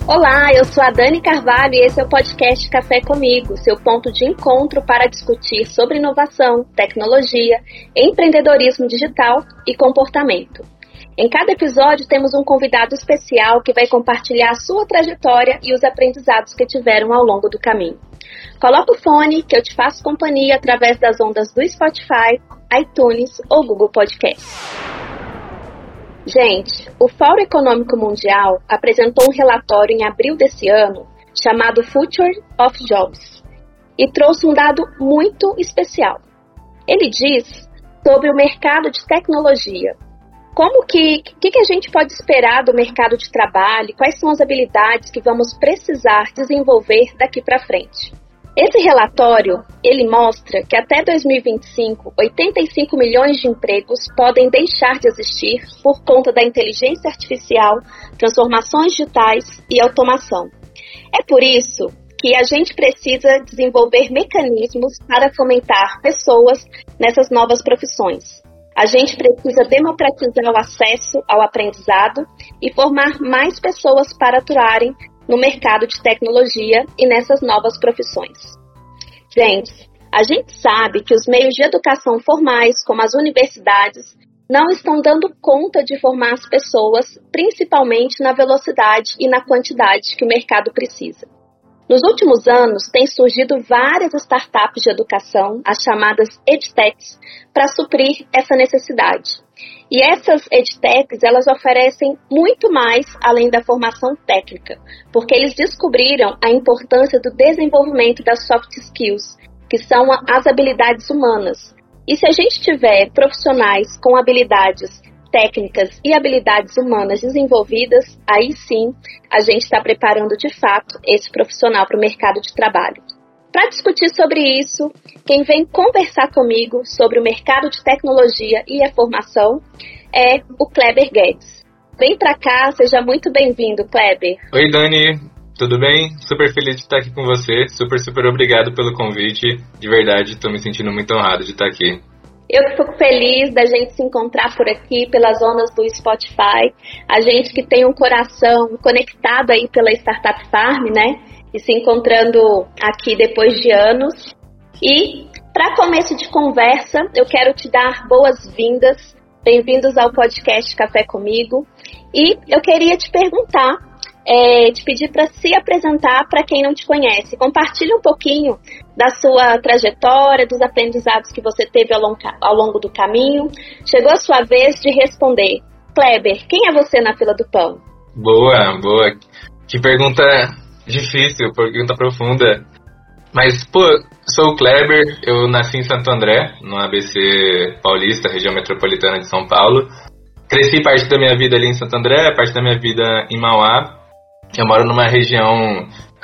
Olá, eu sou a Dani Carvalho e esse é o podcast Café Comigo, seu ponto de encontro para discutir sobre inovação, tecnologia, empreendedorismo digital e comportamento. Em cada episódio temos um convidado especial que vai compartilhar a sua trajetória e os aprendizados que tiveram ao longo do caminho. Coloca o fone que eu te faço companhia através das ondas do Spotify, iTunes ou Google Podcast. Gente, o Fórum Econômico Mundial apresentou um relatório em abril desse ano chamado Future of Jobs e trouxe um dado muito especial. Ele diz sobre o mercado de tecnologia. Como que a gente pode esperar do mercado de trabalho? Quais são as habilidades que vamos precisar desenvolver daqui para frente? Esse relatório, ele mostra que até 2025, 85 milhões de empregos podem deixar de existir por conta da inteligência artificial, transformações digitais e automação. É por isso que a gente precisa desenvolver mecanismos para fomentar pessoas nessas novas profissões. A gente precisa democratizar o acesso ao aprendizado e formar mais pessoas para atuarem no mercado de tecnologia e nessas novas profissões. Gente, a gente sabe que os meios de educação formais, como as universidades, não estão dando conta de formar as pessoas, principalmente na velocidade e na quantidade que o mercado precisa. Nos últimos anos, têm surgido várias startups de educação, as chamadas EdTechs, para suprir essa necessidade. E essas EdTechs, elas oferecem muito mais além da formação técnica, porque eles descobriram a importância do desenvolvimento das soft skills, que são as habilidades humanas. E se a gente tiver profissionais com habilidades técnicas e habilidades humanas desenvolvidas, aí sim a gente está preparando de fato esse profissional para o mercado de trabalho. Para discutir sobre isso, quem vem conversar comigo sobre o mercado de tecnologia e a formação é o Kleber Guedes. Vem para cá, seja muito bem-vindo, Kleber. Oi, Dani, tudo bem? Super feliz de estar aqui com você, super obrigado pelo convite, de verdade, estou me sentindo muito honrado de estar aqui. Eu fico feliz da gente se encontrar por aqui, pelas ondas do Spotify, a gente que tem um coração conectado aí pela Startup Farm, né? E se encontrando aqui depois de anos. E, para começo de conversa, eu quero te dar boas-vindas. Bem-vindos ao podcast Café Comigo. E eu queria te perguntar, te pedir para se apresentar para quem não te conhece. Compartilhe um pouquinho da sua trajetória, dos aprendizados que você teve ao longo do caminho. Chegou a sua vez de responder. Kleber, quem é você na fila do pão? Boa. Que pergunta difícil, pergunta profunda. Mas, sou o Kleber, eu nasci em Santo André, no ABC Paulista, região metropolitana de São Paulo. Cresci parte da minha vida ali em Santo André, parte da minha vida em Mauá. Eu moro numa região,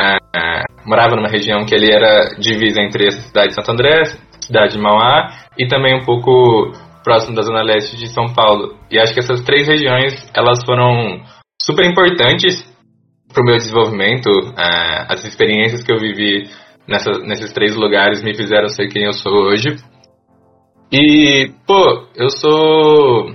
morava numa região que ali era divisa entre a cidade de Santo André, cidade de Mauá e também um pouco próximo da zona leste de São Paulo. E acho que essas três regiões, elas foram super importantes para o meu desenvolvimento. As experiências que eu vivi nesses três lugares me fizeram ser quem eu sou hoje. E, eu sou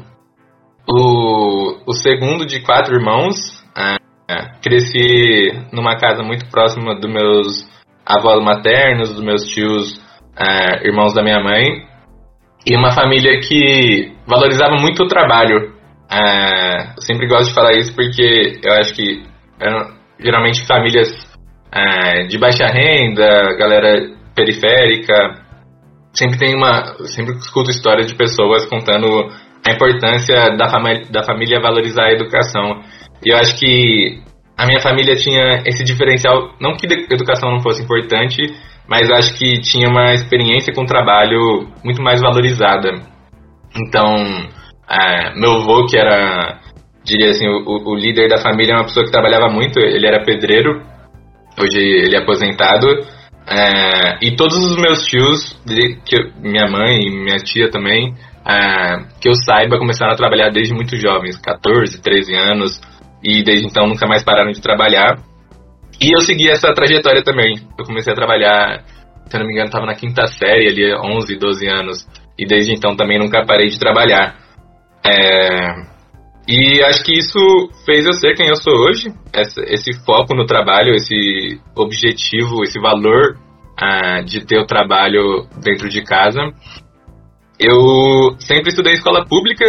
o segundo de 4 irmãos. Cresci numa casa muito próxima dos meus avós maternos, dos meus tios, irmãos da minha mãe, e uma família que valorizava muito o trabalho. Eu sempre gosto de falar isso porque eu acho que geralmente famílias de baixa renda, galera periférica, sempre escuto histórias de pessoas contando a importância da família valorizar a educação. E eu acho que a minha família tinha esse diferencial, não que a educação não fosse importante, mas eu acho que tinha uma experiência com o trabalho muito mais valorizada. Então, meu avô, que era, diria assim, o líder da família, é uma pessoa que trabalhava muito, ele era pedreiro, hoje ele é aposentado, e todos os meus tios, minha mãe e minha tia também, que eu saiba, começaram a trabalhar desde muito jovens, 14, 13 anos, e desde então nunca mais pararam de trabalhar. E eu segui essa trajetória também. Eu comecei a trabalhar, se eu não me engano, estava na 5ª série, ali 11, 12 anos, e desde então também nunca parei de trabalhar. E acho que isso fez eu ser quem eu sou hoje. Esse foco no trabalho, esse objetivo, esse valor de ter o trabalho dentro de casa. Eu sempre estudei escola pública.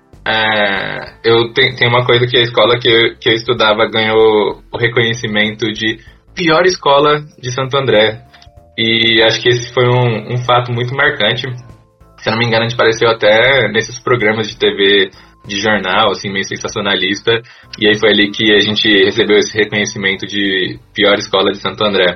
Eu tenho uma coisa que a escola que eu estudava ganhou o reconhecimento de pior escola de Santo André. E acho que esse foi um fato muito marcante. Se eu não me engano, a gente apareceu até nesses programas de TV de jornal, assim, meio sensacionalista. E aí foi ali que a gente recebeu esse reconhecimento de pior escola de Santo André.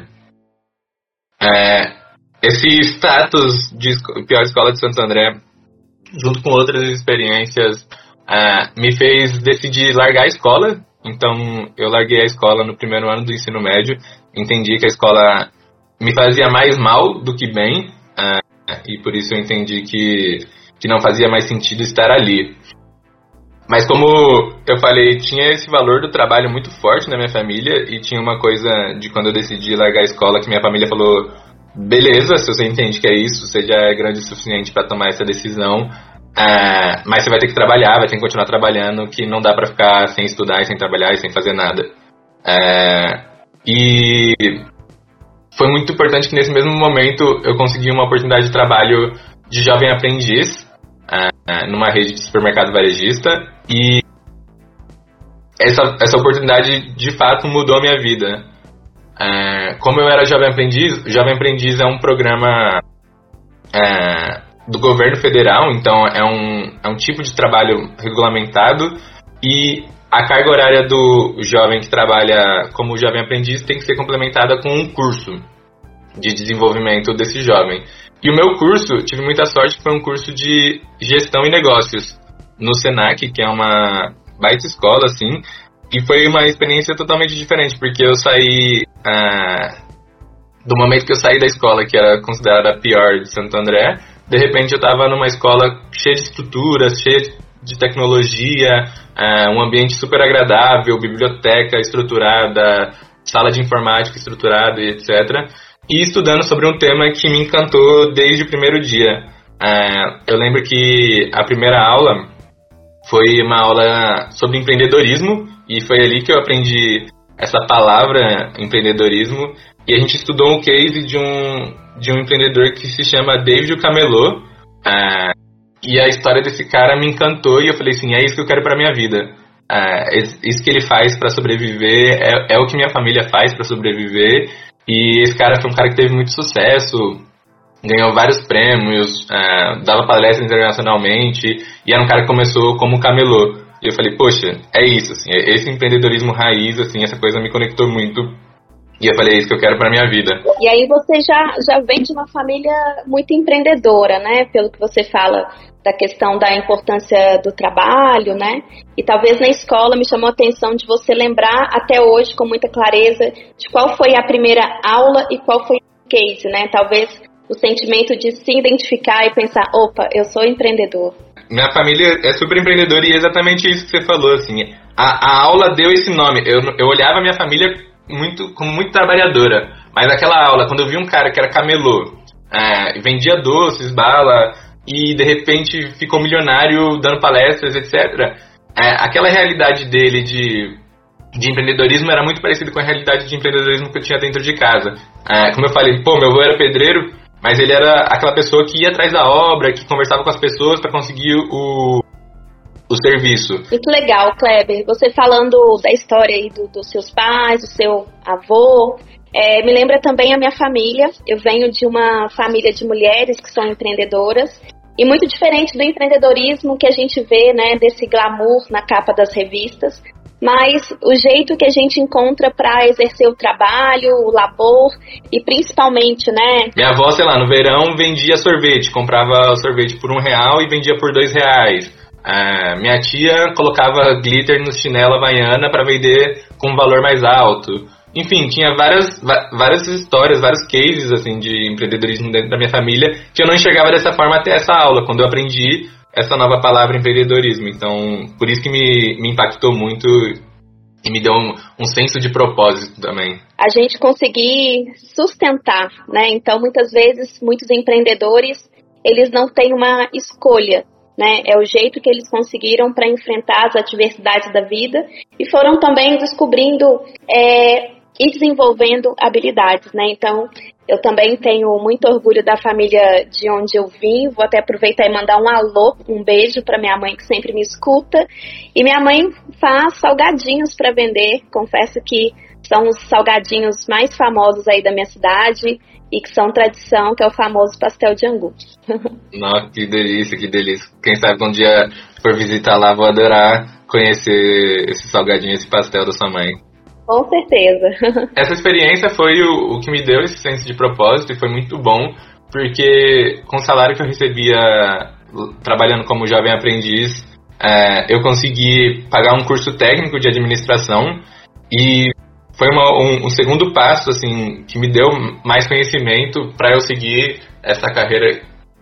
Esse status de pior escola de Santo André, junto com outras experiências, me fez decidir largar a escola. Então, eu larguei a escola no primeiro ano do ensino médio. Entendi que a escola me fazia mais mal do que bem. E por isso eu entendi que não fazia mais sentido estar ali. Mas como eu falei, tinha esse valor do trabalho muito forte na minha família. E tinha uma coisa de quando eu decidi largar a escola que minha família falou: beleza, se você entende que é isso, você já é grande o suficiente para tomar essa decisão, mas você vai ter que trabalhar, vai ter que continuar trabalhando, que não dá para ficar sem estudar e sem trabalhar e sem fazer nada. E foi muito importante que nesse mesmo momento eu consegui uma oportunidade de trabalho de jovem aprendiz numa rede de supermercado varejista, e essa oportunidade de fato mudou a minha vida. Como eu era Jovem Aprendiz é um programa do governo federal, então é um tipo de trabalho regulamentado, e a carga horária do jovem que trabalha como Jovem Aprendiz tem que ser complementada com um curso de desenvolvimento desse jovem. E o meu curso, tive muita sorte, que foi um curso de gestão e negócios no Senac, que é uma baita escola, assim. E foi uma experiência totalmente diferente, porque eu saí... do momento que eu saí da escola, que era considerada a pior de Santo André, de repente eu estava numa escola cheia de estruturas, cheia de tecnologia, um ambiente super agradável, biblioteca estruturada, sala de informática estruturada e etc. E estudando sobre um tema que me encantou desde o primeiro dia. Eu lembro que a primeira aula foi uma aula sobre empreendedorismo, e foi ali que eu aprendi essa palavra, empreendedorismo, e a gente estudou um case de um empreendedor que se chama David Camelot, e a história desse cara me encantou, e eu falei assim, é isso que eu quero pra minha vida. Isso que ele faz pra sobreviver é o que minha família faz pra sobreviver, e esse cara foi um cara que teve muito sucesso, ganhou vários prêmios, dava palestras internacionalmente, e era um cara que começou como camelô. E eu falei, poxa, é isso, assim, esse empreendedorismo raiz, assim, essa coisa me conectou muito. E eu falei, é isso que eu quero pra minha vida. E aí você já vem de uma família muito empreendedora, né? Pelo que você fala da questão da importância do trabalho, né? E talvez na escola me chamou a atenção de você lembrar até hoje com muita clareza de qual foi a primeira aula e qual foi o case, né? Talvez o sentimento de se identificar e pensar, opa, eu sou empreendedor. Minha família é super empreendedora, e é exatamente isso que você falou, assim. A aula deu esse nome. Eu olhava a minha família como muito trabalhadora, mas naquela aula, quando eu vi um cara que era camelô, vendia doces, bala, e de repente ficou milionário dando palestras, etc., aquela realidade dele de empreendedorismo era muito parecida com a realidade de empreendedorismo que eu tinha dentro de casa. Como eu falei, meu avô era pedreiro, mas ele era aquela pessoa que ia atrás da obra, que conversava com as pessoas para conseguir o serviço. Muito legal, Kleber. Você falando da história aí dos seus pais, do seu avô, me lembra também a minha família. Eu venho de uma família de mulheres que são empreendedoras, e muito diferente do empreendedorismo que a gente vê, né, desse glamour na capa das revistas, mas o jeito que a gente encontra para exercer o trabalho, o labor, e principalmente, né... Minha avó, sei lá, no verão vendia sorvete, comprava o sorvete por R$1 e vendia por R$2. Minha tia colocava glitter no chinelo havaiana para vender com um valor mais alto. Enfim, tinha várias histórias, vários cases assim, de empreendedorismo dentro da minha família, que eu não enxergava dessa forma até essa aula, quando eu aprendi essa nova palavra, empreendedorismo. Então, por isso que me impactou muito e me deu um senso de propósito também. A gente conseguir sustentar, né? Então, muitas vezes, muitos empreendedores, eles não têm uma escolha, né? É o jeito que eles conseguiram para enfrentar as adversidades da vida e foram também descobrindo e desenvolvendo habilidades, né? Então, eu também tenho muito orgulho da família de onde eu vim. Vou até aproveitar e mandar um alô, um beijo para minha mãe que sempre me escuta. E minha mãe faz salgadinhos para vender. Confesso que são os salgadinhos mais famosos aí da minha cidade e que são tradição, que é o famoso pastel de angu. Nossa, que delícia, que delícia. Quem sabe um dia for visitar lá, vou adorar conhecer esse salgadinho, esse pastel da sua mãe. Com certeza. Essa experiência foi o que me deu esse senso de propósito e foi muito bom, porque com o salário que eu recebia trabalhando como jovem aprendiz, eu consegui pagar um curso técnico de administração e foi um segundo passo assim, que me deu mais conhecimento para eu seguir essa carreira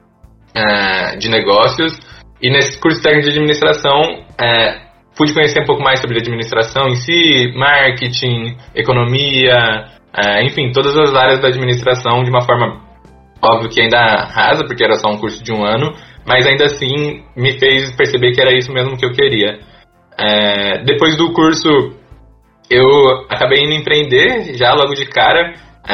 de negócios. E nesse curso técnico de administração, pude conhecer um pouco mais sobre administração em si, marketing, economia, enfim, todas as áreas da administração de uma forma, óbvio que ainda rasa, porque era só um curso de 1 ano, mas ainda assim me fez perceber que era isso mesmo que eu queria. Depois do curso, eu acabei indo empreender já logo de cara.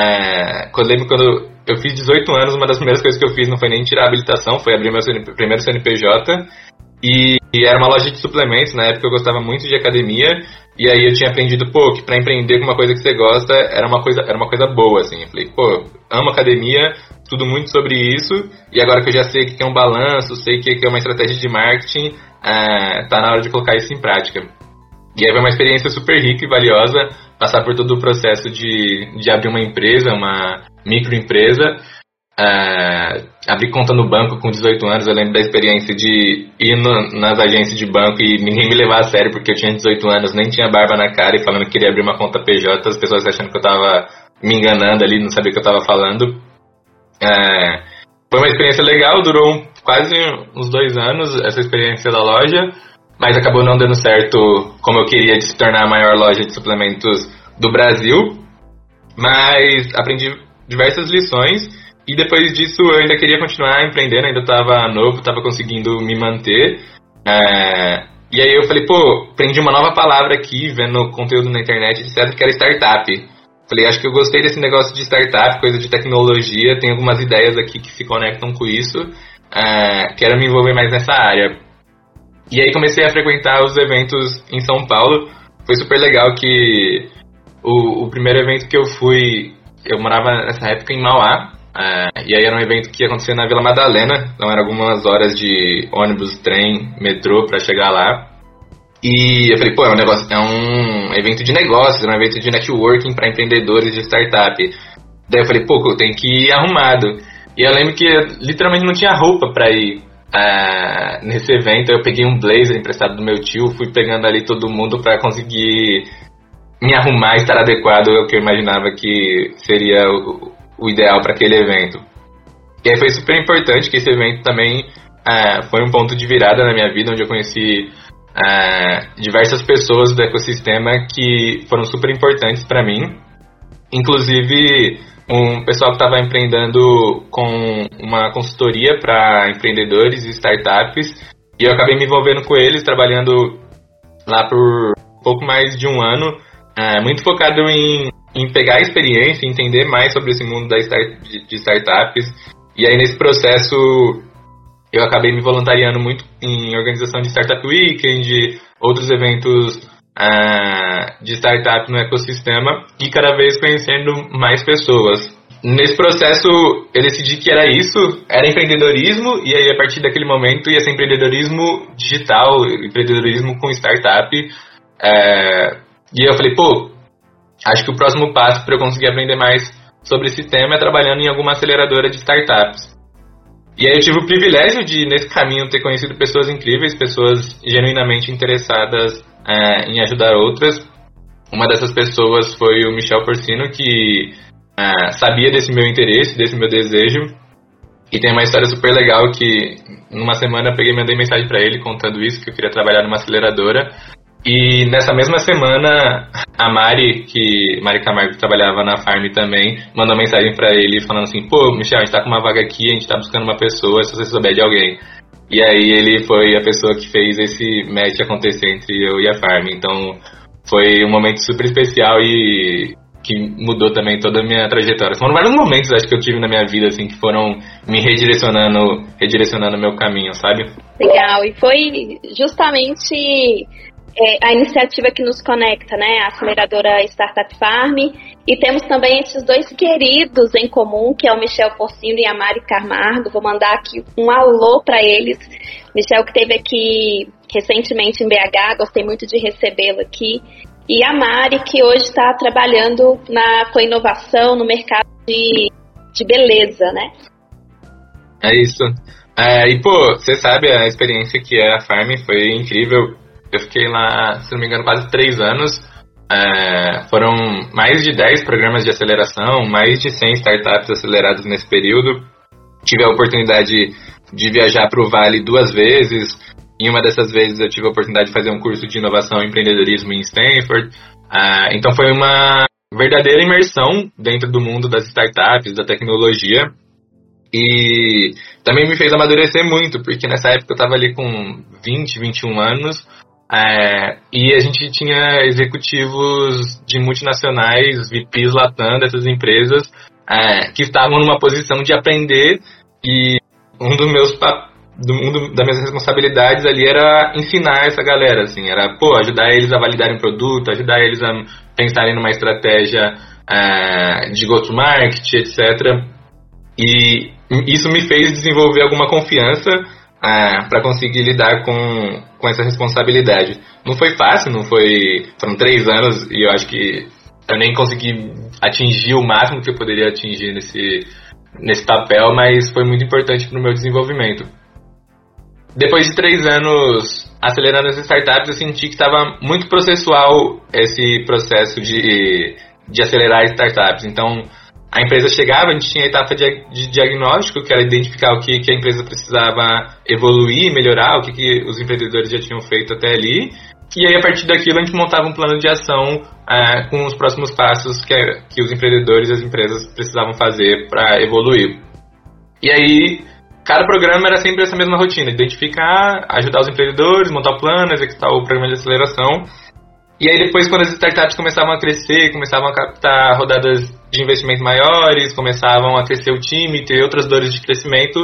Quando eu fiz 18 anos, uma das primeiras coisas que eu fiz não foi nem tirar a habilitação, foi abrir meu primeiro CNPJ. E era uma loja de suplementos. Na época eu gostava muito de academia. E aí eu tinha aprendido, que pra empreender com uma coisa que você gosta era uma coisa boa, assim. Eu falei, amo academia, tudo muito sobre isso. E agora que eu já sei o que é um balanço, sei o que é uma estratégia de marketing, tá na hora de colocar isso em prática. E aí foi uma experiência super rica e valiosa, passar por todo o processo de abrir uma empresa, uma microempresa. Abrir conta no banco com 18 anos. Eu lembro da experiência de ir nas agências de banco e ninguém me levar a sério porque eu tinha 18 anos, nem tinha barba na cara e falando que queria abrir uma conta PJ, as pessoas achando que eu tava me enganando ali, não sabia o que eu tava falando. Foi uma experiência legal, durou quase uns 2 anos essa experiência da loja, mas acabou não dando certo como eu queria, de se tornar a maior loja de suplementos do Brasil. Mas aprendi diversas lições. E depois disso eu ainda queria continuar empreendendo, ainda estava novo, estava conseguindo me manter. E aí eu falei, aprendi uma nova palavra aqui, vendo conteúdo na internet, etc, que era startup. Falei, acho que eu gostei desse negócio de startup, coisa de tecnologia, tem algumas ideias aqui que se conectam com isso. Quero me envolver mais nessa área. E aí comecei a frequentar os eventos em São Paulo. Foi super legal que o primeiro evento que eu fui, eu morava nessa época em Mauá. E aí era um evento que ia acontecer na Vila Madalena, então eram algumas horas de ônibus, trem, metrô pra chegar lá. E eu falei, é um evento de negócios, é um evento de networking para empreendedores de startup. Daí eu falei, eu tenho que ir arrumado. E eu lembro que eu literalmente não tinha roupa pra ir nesse evento. Eu peguei um blazer emprestado do meu tio, fui pegando ali todo mundo pra conseguir me arrumar, estar adequado ao que eu imaginava que seria o ideal para aquele evento. E aí foi super importante que esse evento também foi um ponto de virada na minha vida, onde eu conheci diversas pessoas do ecossistema que foram super importantes para mim. Inclusive um pessoal que estava empreendendo com uma consultoria para empreendedores e startups, e eu acabei me envolvendo com eles, trabalhando lá por pouco mais de 1 ano, muito focado em pegar a experiência, entender mais sobre esse mundo de startups. E aí nesse processo eu acabei me voluntariando muito em organização de Startup Weekend, outros eventos de startup no ecossistema, e cada vez conhecendo mais pessoas. Nesse processo eu decidi que era empreendedorismo, e aí a partir daquele momento ia ser empreendedorismo digital, empreendedorismo com startup. E eu falei, acho que o próximo passo para eu conseguir aprender mais sobre esse tema é trabalhando em alguma aceleradora de startups. E aí eu tive o privilégio de, nesse caminho, ter conhecido pessoas incríveis, pessoas genuinamente interessadas em ajudar outras. Uma dessas pessoas foi o Michel Porcino, que sabia desse meu interesse, desse meu desejo. E tem uma história super legal que, numa semana, eu peguei e mandei mensagem para ele contando isso, que eu queria trabalhar numa aceleradora. E nessa mesma semana, a Mari Camargo, que trabalhava na Farm também, mandou mensagem pra ele falando assim, Michel, a gente tá com uma vaga aqui, a gente tá buscando uma pessoa, se você souber de alguém. E aí ele foi a pessoa que fez esse match acontecer entre eu e a Farm. Então foi um momento super especial e que mudou também toda a minha trajetória. Foram vários momentos, acho que eu tive na minha vida, assim, que foram me redirecionando o meu caminho, sabe? Legal, e foi justamente a iniciativa que nos conecta, né? A aceleradora Startup Farm. E temos também esses dois queridos em comum, que é o Michel Porcino e a Mari Camargo. Vou mandar aqui um alô para eles. Michel, que esteve aqui recentemente em BH, gostei muito de recebê-lo aqui. E a Mari, que hoje está trabalhando com inovação no mercado de beleza, né? É isso. E, pô, você sabe, a experiência que é a Farm foi incrível. Eu fiquei lá, se não me engano, quase 3 anos. Foram mais de 10 programas de aceleração, mais de 100 startups aceleradas nesse período. Tive a oportunidade de viajar para o Vale 2 vezes. Em uma dessas vezes eu tive a oportunidade de fazer um curso de inovação e empreendedorismo em Stanford. Então foi uma verdadeira imersão dentro do mundo das startups, da tecnologia. E também me fez amadurecer muito, porque nessa época eu estava ali com 20, 21 anos. E a gente tinha executivos de multinacionais, VPs Latam dessas empresas, que estavam numa posição de aprender, e das minhas responsabilidades ali era ensinar essa galera, assim, era, ajudar eles a validarem o produto, ajudar eles a pensarem numa estratégia de go-to-market, etc. E isso me fez desenvolver alguma confiança para conseguir lidar com essa responsabilidade. Não foi fácil, foram 3 anos e eu acho que eu nem consegui atingir o máximo que eu poderia atingir nesse papel, mas foi muito importante para o meu desenvolvimento. Depois de 3 anos acelerando as startups, eu senti que estava muito processual esse processo de acelerar startups. Então, a empresa chegava, a gente tinha a etapa de diagnóstico, que era identificar o que a empresa precisava evoluir, melhorar, o que os empreendedores já tinham feito até ali. E aí, a partir daquilo, a gente montava um plano de ação com os próximos passos que os empreendedores e as empresas precisavam fazer para evoluir. E aí, cada programa era sempre essa mesma rotina: identificar, ajudar os empreendedores, montar o plano, executar o programa de aceleração. E aí depois, quando as startups começavam a crescer, começavam a captar rodadas de investimento maiores, começavam a crescer o time, ter outras dores de crescimento,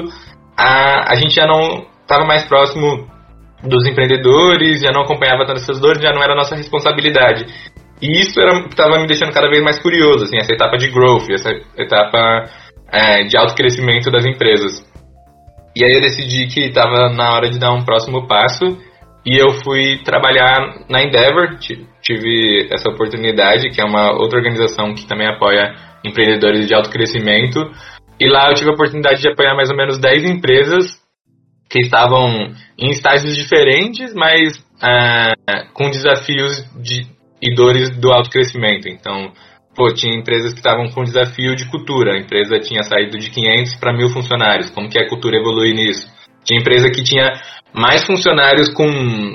a gente já não estava mais próximo dos empreendedores, já não acompanhava tanto essas dores, já não era nossa responsabilidade. E isso era o que estava me deixando cada vez mais curioso, assim, essa etapa de growth, essa etapa de autocrescimento das empresas. E aí eu decidi que estava na hora de dar um próximo passo. E eu fui trabalhar na Endeavor, tive essa oportunidade, que é uma outra organização que também apoia empreendedores de alto crescimento. E lá eu tive a oportunidade de apoiar mais ou menos 10 empresas que estavam em estágios diferentes, mas com desafios e dores do alto crescimento. Então, tinha empresas que estavam com desafio de cultura. A empresa tinha saído de 500 para 1.000 funcionários. Como que a cultura evolui nisso? Tinha empresa que tinha mais funcionários com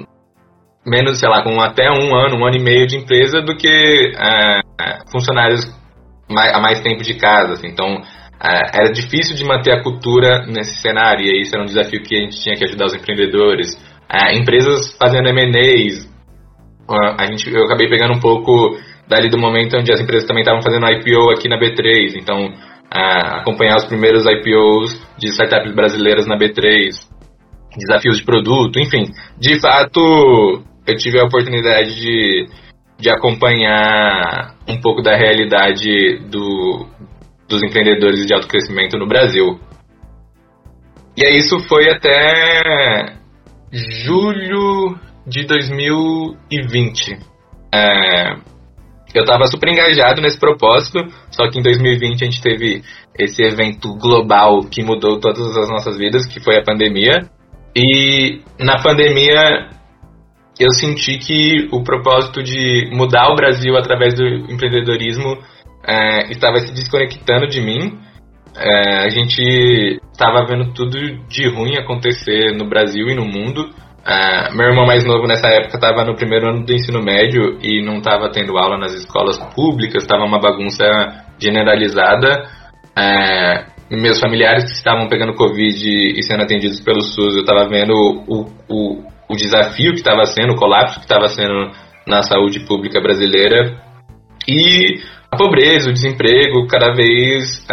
menos, com até 1 ano, 1 ano e meio de empresa do que funcionários há mais tempo de casa. Assim. Então, era difícil de manter a cultura nesse cenário, e isso era um desafio que a gente tinha que ajudar os empreendedores. Empresas fazendo M&As, eu acabei pegando um pouco dali do momento onde as empresas também estavam fazendo IPO aqui na B3, então acompanhar os primeiros IPOs de startups brasileiras na B3, desafios de produto, enfim. De fato, eu tive a oportunidade de acompanhar um pouco da realidade dos empreendedores de alto crescimento no Brasil. E aí isso foi até julho de 2020. Eu estava super engajado nesse propósito, só que em 2020 a gente teve esse evento global que mudou todas as nossas vidas, que foi a pandemia. E na pandemia eu senti que o propósito de mudar o Brasil através do empreendedorismo estava se desconectando de mim. A gente estava vendo tudo de ruim acontecer no Brasil e no mundo. Meu irmão mais novo nessa época estava no 1º ano do ensino médio e não estava tendo aula nas escolas públicas, estava uma bagunça generalizada. meus familiares que estavam pegando Covid e sendo atendidos pelo SUS, eu estava vendo o desafio que estava sendo, o colapso que estava sendo na saúde pública brasileira, e a pobreza, o desemprego cada vez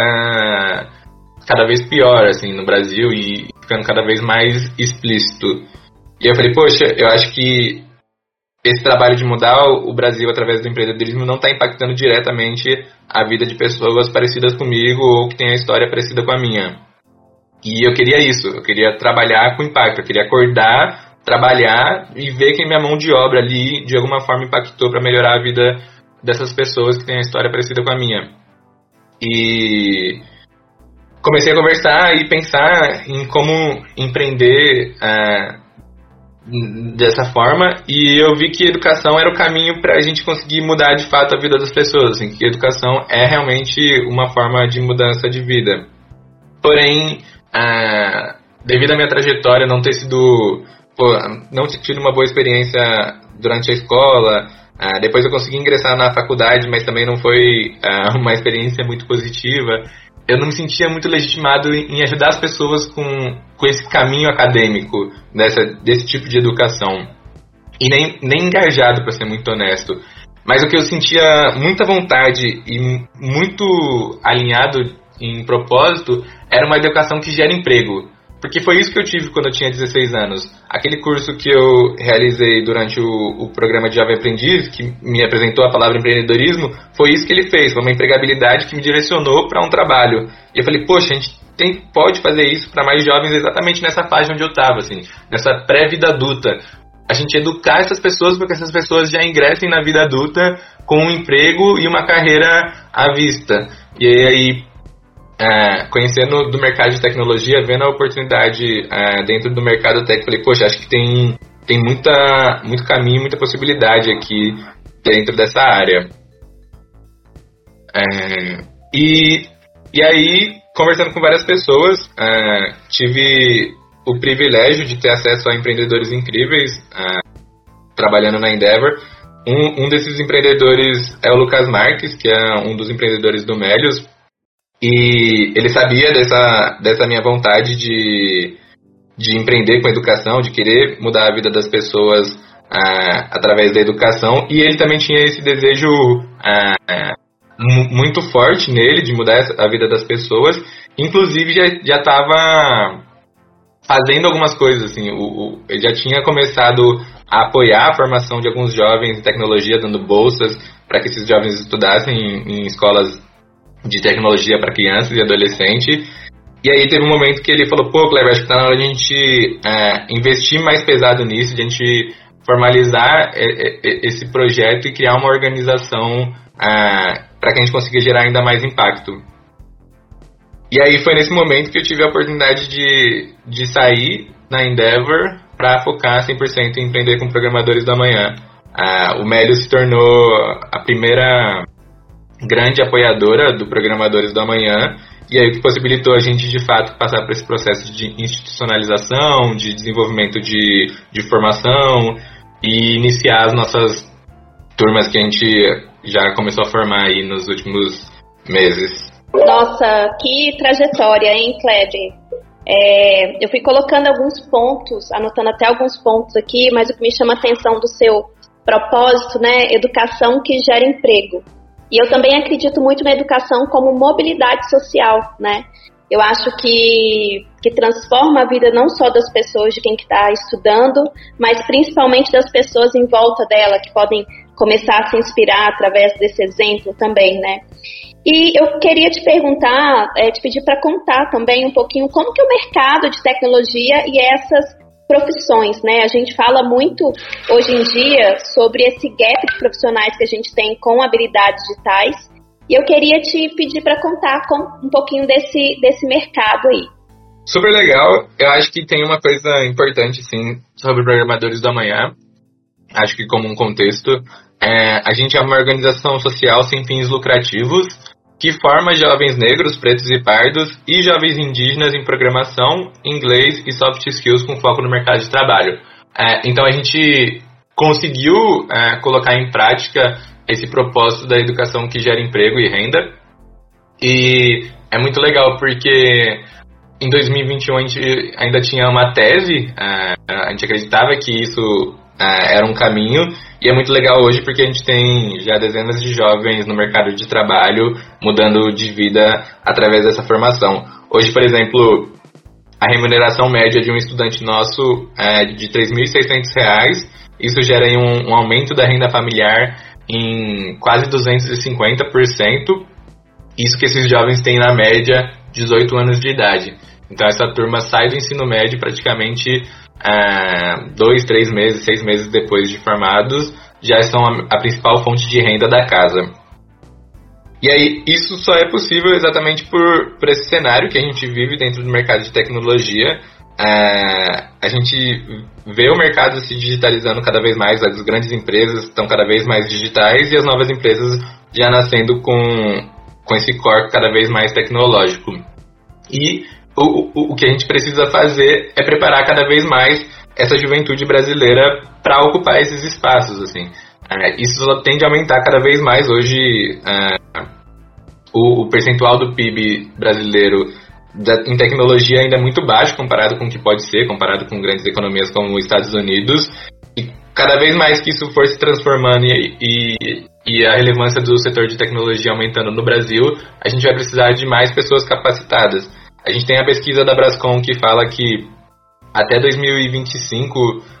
pior assim, no Brasil, e ficando cada vez mais explícito. E eu falei, poxa, eu acho que esse trabalho de mudar o Brasil através do empreendedorismo não está impactando diretamente a vida de pessoas parecidas comigo ou que têm a história parecida com a minha. E eu queria isso, eu queria trabalhar com impacto, eu queria acordar, trabalhar e ver que minha mão de obra ali de alguma forma impactou para melhorar a vida dessas pessoas que têm a história parecida com a minha. E comecei a conversar e pensar em como empreender dessa forma, e eu vi que educação era o caminho para a gente conseguir mudar de fato a vida das pessoas, assim, que educação é realmente uma forma de mudança de vida. Porém, devido à minha trajetória não ter tido uma boa experiência durante a escola, depois eu consegui ingressar na faculdade, mas também não foi uma experiência muito positiva. Eu não me sentia muito legitimado em ajudar as pessoas com esse caminho acadêmico, desse tipo de educação. E nem engajado, para ser muito honesto. Mas o que eu sentia muita vontade e muito alinhado em propósito era uma educação que gera emprego. Porque foi isso que eu tive quando eu tinha 16 anos. Aquele curso que eu realizei durante o programa de Jovem Aprendiz, que me apresentou a palavra empreendedorismo, foi isso que ele fez, foi uma empregabilidade que me direcionou para um trabalho. E eu falei, poxa, a gente pode fazer isso para mais jovens exatamente nessa fase onde eu estava, assim, nessa pré-vida adulta. A gente educar essas pessoas para que essas pessoas já ingressem na vida adulta com um emprego e uma carreira à vista. E aí, conhecendo do mercado de tecnologia, vendo a oportunidade dentro do mercado tech, falei, poxa, acho que tem muito caminho, muita possibilidade aqui dentro dessa área. E aí, conversando com várias pessoas, tive o privilégio de ter acesso a empreendedores incríveis trabalhando na Endeavor. Um desses empreendedores é o Lucas Marques, que é um dos empreendedores do Melios. E ele sabia dessa minha vontade de empreender com educação, de querer mudar a vida das pessoas através da educação. E ele também tinha esse desejo muito forte nele de mudar a vida das pessoas. Inclusive já estava fazendo algumas coisas, assim. Ele já tinha começado a apoiar a formação de alguns jovens em tecnologia, dando bolsas para que esses jovens estudassem em escolas de tecnologia para crianças e adolescentes. E aí teve um momento que ele falou, pô, Kleber, acho que tá na hora de a gente investir mais pesado nisso, de a gente formalizar esse projeto e criar uma organização para que a gente consiga gerar ainda mais impacto. E aí foi nesse momento que eu tive a oportunidade de sair na Endeavor para focar 100% em empreender com programadores da manhã. O Melios se tornou a primeira grande apoiadora do Programadores do Amanhã, e aí o que possibilitou a gente de fato passar por esse processo de institucionalização, de desenvolvimento de formação e iniciar as nossas turmas que a gente já começou a formar aí nos últimos meses. Nossa, que trajetória, hein, Kleber? Eu fui colocando alguns pontos, anotando até alguns pontos aqui, mas o que me chama a atenção do seu propósito, né, educação que gera emprego. E eu também acredito muito na educação como mobilidade social, né? Eu acho que transforma a vida não só das pessoas, de quem está estudando, mas principalmente das pessoas em volta dela, que podem começar a se inspirar através desse exemplo também, né? E eu queria te perguntar, te pedir para contar também um pouquinho como que o mercado de tecnologia e essas profissões, né? A gente fala muito hoje em dia sobre esse gap de profissionais que a gente tem com habilidades digitais, e eu queria te pedir para contar um pouquinho desse mercado aí. Super legal. Eu acho que tem uma coisa importante, sim, sobre Programadores do Amanhã. Acho que como um contexto, a gente é uma organização social sem fins lucrativos que forma jovens negros, pretos e pardos e jovens indígenas em programação, inglês e soft skills com foco no mercado de trabalho. Então a gente conseguiu colocar em prática esse propósito da educação que gera emprego e renda. E é muito legal porque em 2021 a gente ainda tinha uma tese, a gente acreditava que isso era um caminho, e é muito legal hoje porque a gente tem já dezenas de jovens no mercado de trabalho mudando de vida através dessa formação. Hoje, por exemplo, a remuneração média de um estudante nosso é de R$ 3.600, isso gera aí um aumento da renda familiar em quase 250%, isso que esses jovens têm na média 18 anos de idade. Então essa turma sai do ensino médio praticamente 2, 3 meses, 6 meses depois de formados, já são a principal fonte de renda da casa. E aí isso só é possível exatamente por esse cenário que a gente vive dentro do mercado de tecnologia. A gente vê o mercado se digitalizando cada vez mais, as grandes empresas estão cada vez mais digitais e as novas empresas já nascendo com esse core cada vez mais tecnológico. E o que a gente precisa fazer é preparar cada vez mais essa juventude brasileira para ocupar esses espaços, assim. Isso tende a aumentar cada vez mais. Hoje, o percentual do PIB brasileiro em tecnologia ainda é muito baixo comparado com o que pode ser, comparado com grandes economias como os Estados Unidos. E cada vez mais que isso for se transformando e a relevância do setor de tecnologia aumentando no Brasil, a gente vai precisar de mais pessoas capacitadas. A gente tem a pesquisa da Brascom que fala que até 2025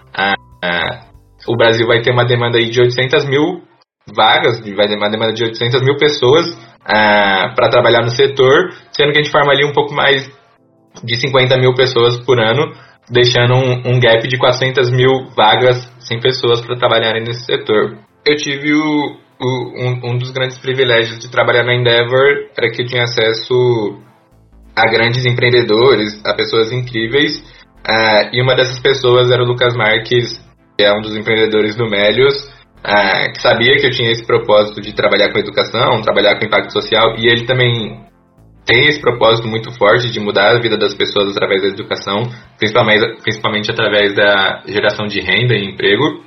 o Brasil vai ter uma demanda aí de 800 mil vagas, vai ter uma demanda de 800 mil pessoas para trabalhar no setor, sendo que a gente forma ali um pouco mais de 50 mil pessoas por ano, deixando um gap de 400 mil vagas sem pessoas para trabalharem nesse setor. Eu tive um dos grandes privilégios de trabalhar na Endeavor, era que eu tinha acesso a grandes empreendedores, a pessoas incríveis, e uma dessas pessoas era o Lucas Marques, que é um dos empreendedores do Melios, que sabia que eu tinha esse propósito de trabalhar com educação, trabalhar com impacto social, e ele também tem esse propósito muito forte de mudar a vida das pessoas através da educação, principalmente através da geração de renda e emprego.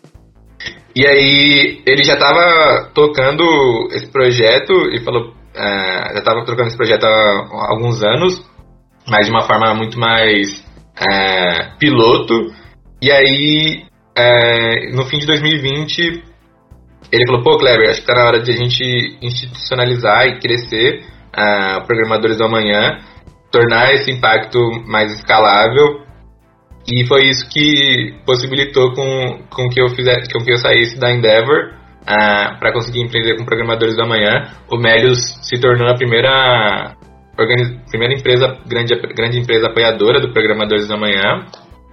E aí ele já estava tocando esse projeto e falou, já estava tocando esse projeto há alguns anos, mas de uma forma muito mais piloto. E aí no fim de 2020 ele falou, pô, Kleber, acho que está na hora de a gente institucionalizar e crescer Programadores do Amanhã, tornar esse impacto mais escalável. E foi isso que possibilitou com que eu saísse da Endeavor para conseguir empreender com Programadores do Amanhã. O Melios se tornou a primeira empresa, grande empresa apoiadora do Programadores do Amanhã.